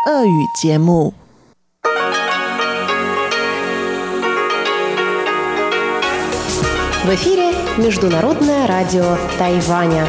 俄语节目。 В эфире Международное радио Тайваня.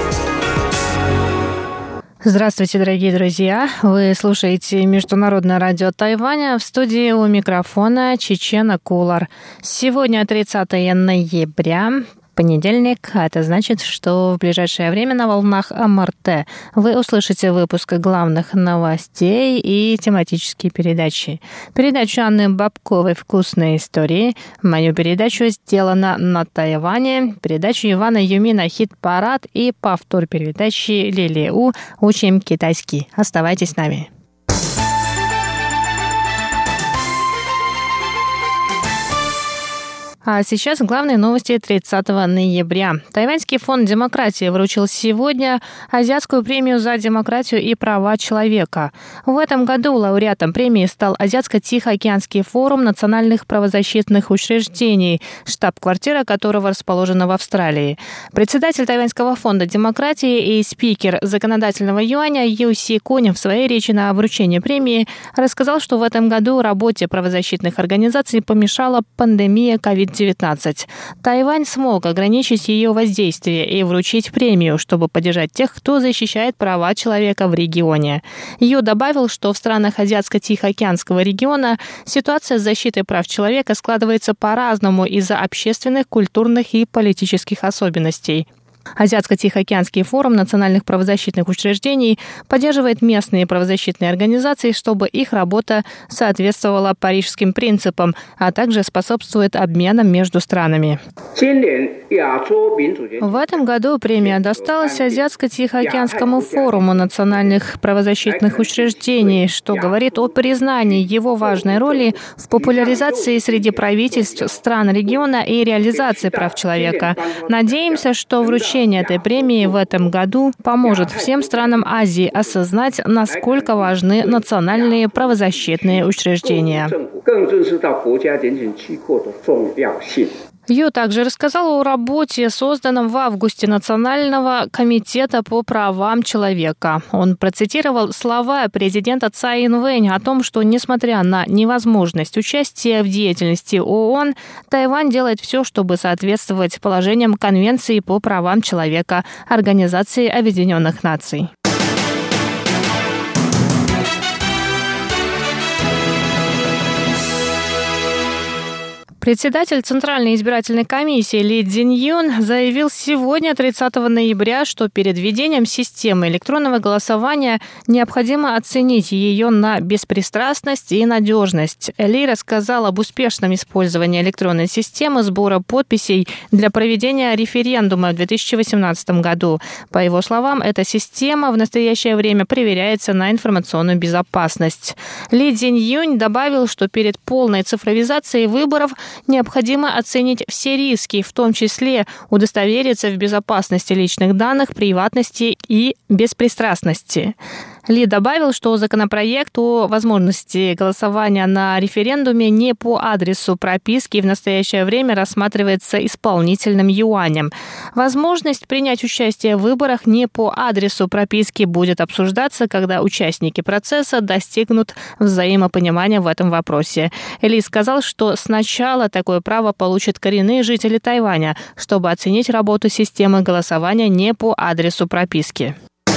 Здравствуйте, дорогие друзья! Вы слушаете Международное радио Тайваня. В студии у микрофона Чечена Кулар. Сегодня 30 ноября. Понедельник, а это значит, что в ближайшее время на волнах МРТ вы услышите выпуск главных новостей и тематические передачи. Передачу Анны Бабковой «Вкусные истории», мою передачу «Сделано на Тайване», передачу Ивана Юмина «Хит-парад» и повтор передачи Лили У «Учим китайский». Оставайтесь с нами. А сейчас главные новости 30 ноября. Тайваньский фонд демократии вручил сегодня Азиатскую премию за демократию и права человека. В этом году лауреатом премии стал Азиатско-Тихоокеанский форум национальных правозащитных учреждений, штаб-квартира которого расположена в Австралии. Председатель Тайваньского фонда демократии и спикер законодательного юаня Ю Си Кунь в своей речи на вручении премии рассказал, что в этом году работе правозащитных организаций помешала пандемия COVID-19. Тайвань смог ограничить ее воздействие и вручить премию, чтобы поддержать тех, кто защищает права человека в регионе. Ю добавил, что в странах Азиатско-Тихоокеанского региона ситуация с защитой прав человека складывается по-разному из-за общественных, культурных и политических особенностей. Азиатско-Тихоокеанский форум национальных правозащитных учреждений поддерживает местные правозащитные организации, чтобы их работа соответствовала парижским принципам, а также способствует обменам между странами. В этом году премия досталась Азиатско-Тихоокеанскому форуму национальных правозащитных учреждений, что говорит о признании его важной роли в популяризации среди правительств стран региона и реализации прав человека. Надеемся, что вручение этой премии в этом году поможет всем странам Азии осознать, насколько важны национальные правозащитные учреждения. Ю также рассказал о работе, созданном в августе Национального комитета по правам человека. Он процитировал слова президента Цай Инвэнь о том, что, несмотря на невозможность участия в деятельности ООН, Тайвань делает все, чтобы соответствовать положениям Конвенции по правам человека Организации Объединенных Наций. Председатель Центральной избирательной комиссии Ли Цзиньюн заявил сегодня, 30 ноября, что перед введением системы электронного голосования необходимо оценить ее на беспристрастность и надежность. Ли рассказал об успешном использовании электронной системы сбора подписей для проведения референдума в 2018 году. По его словам, эта система в настоящее время проверяется на информационную безопасность. Ли Цзиньюн добавил, что перед полной цифровизацией выборов необходимо оценить все риски, в том числе удостовериться в безопасности личных данных, приватности и беспристрастности. Ли добавил, что законопроект о возможности голосования на референдуме не по адресу прописки в настоящее время рассматривается исполнительным юанем. Возможность принять участие в выборах не по адресу прописки будет обсуждаться, когда участники процесса достигнут взаимопонимания в этом вопросе. Ли сказал, что сначала такое право получат коренные жители Тайваня, чтобы оценить работу системы голосования не по адресу прописки.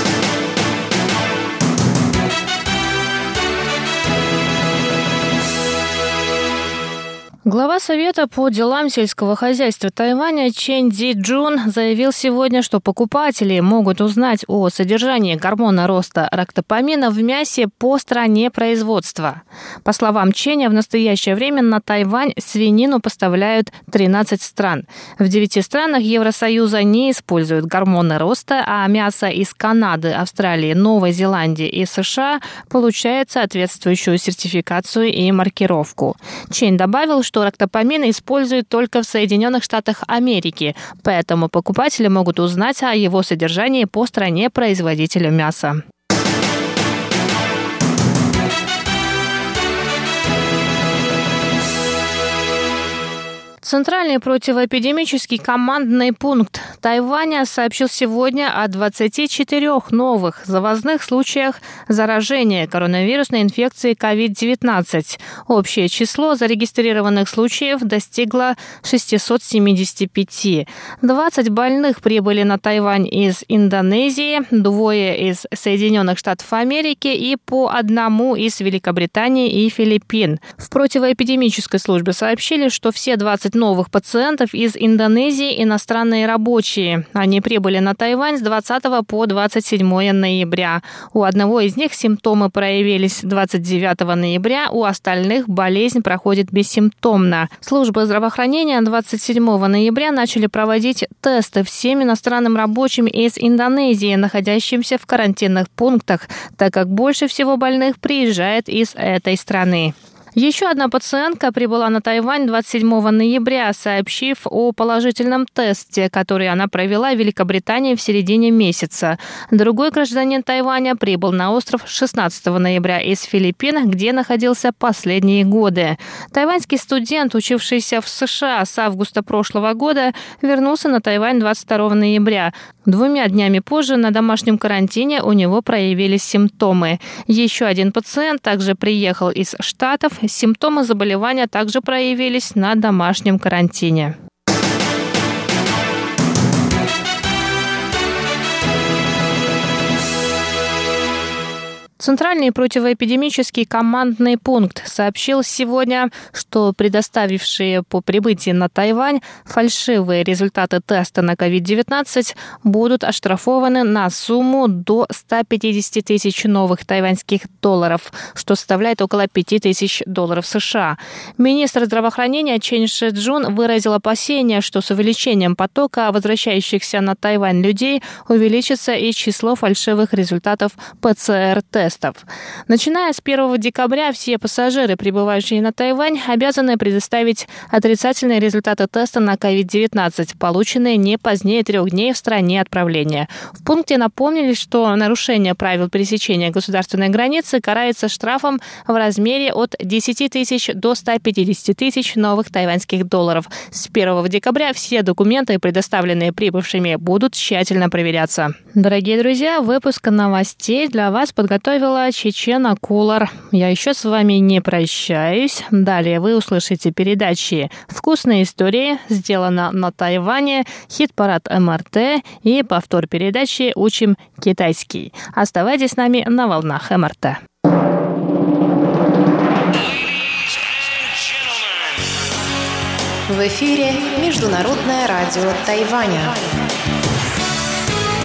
Глава Совета по делам сельского хозяйства Тайваня Чен Цзи-Джун заявил сегодня, что покупатели могут узнать о содержании гормона роста рактопамина в мясе по стране производства. По словам Ченя, в настоящее время на Тайвань свинину поставляют 13 стран. В 9 странах Евросоюза не используют гормоны роста, а мясо из Канады, Австралии, Новой Зеландии и США получает соответствующую сертификацию и маркировку. Чен добавил, что рактопамин используют только в Соединенных Штатах Америки, поэтому покупатели могут узнать о его содержании по стране-производителю мяса. Центральный противоэпидемический командный пункт Тайваня сообщил сегодня о 24 новых завозных случаях заражения коронавирусной инфекцией COVID-19. Общее число зарегистрированных случаев достигло 675. 20 больных прибыли на Тайвань из Индонезии, 2 из Соединенных Штатов Америки и по 1 из Великобритании и Филиппин. В противоэпидемической службе сообщили, что все 20 новых пациентов из Индонезии иностранные рабочие. Они прибыли на Тайвань с 20 по 27 ноября. У одного из них симптомы проявились 29 ноября, у остальных болезнь проходит бессимптомно. Службы здравоохранения 27 ноября начали проводить тесты всем иностранным рабочим из Индонезии, находящимся в карантинных пунктах, так как больше всего больных приезжает из этой страны. Еще одна пациентка прибыла на Тайвань 27 ноября, сообщив о положительном тесте, который она провела в Великобритании в середине месяца. Другой гражданин Тайваня прибыл на остров 16 ноября из Филиппин, где находился последние годы. Тайваньский студент, учившийся в США с августа прошлого года, вернулся на Тайвань 22 ноября. 2 днями позже на домашнем карантине у него проявились симптомы. Еще один пациент также приехал из Штатов. Симптомы заболевания также проявились на домашнем карантине. Центральный противоэпидемический командный пункт сообщил сегодня, что предоставившие по прибытии на Тайвань фальшивые результаты теста на COVID-19 будут оштрафованы на сумму до 150 тысяч новых тайваньских долларов, что составляет около $5000 США. Министр здравоохранения Чен Ши-Джун выразил опасения, что с увеличением потока возвращающихся на Тайвань людей увеличится и число фальшивых результатов ПЦР-теста. Начиная с 1 декабря все пассажиры, прибывающие на Тайвань, обязаны предоставить отрицательные результаты теста на COVID-19, полученные не позднее 3 дней в стране отправления. В пункте напомнили, что нарушение правил пересечения государственной границы карается штрафом в размере от 10 тысяч до 150 тысяч новых тайваньских долларов. С 1 декабря все документы, предоставленные прибывшими, будут тщательно проверяться. Дорогие друзья, выпуск новостей для вас подготовила Чечена Кулар. Я еще с вами не прощаюсь. Далее вы услышите передачи «Вкусные истории», «Сделано на Тайване», «Хит-парад МРТ» и повтор передачи «Учим китайский». Оставайтесь с нами на волнах МРТ. В эфире Международное радио Тайваня.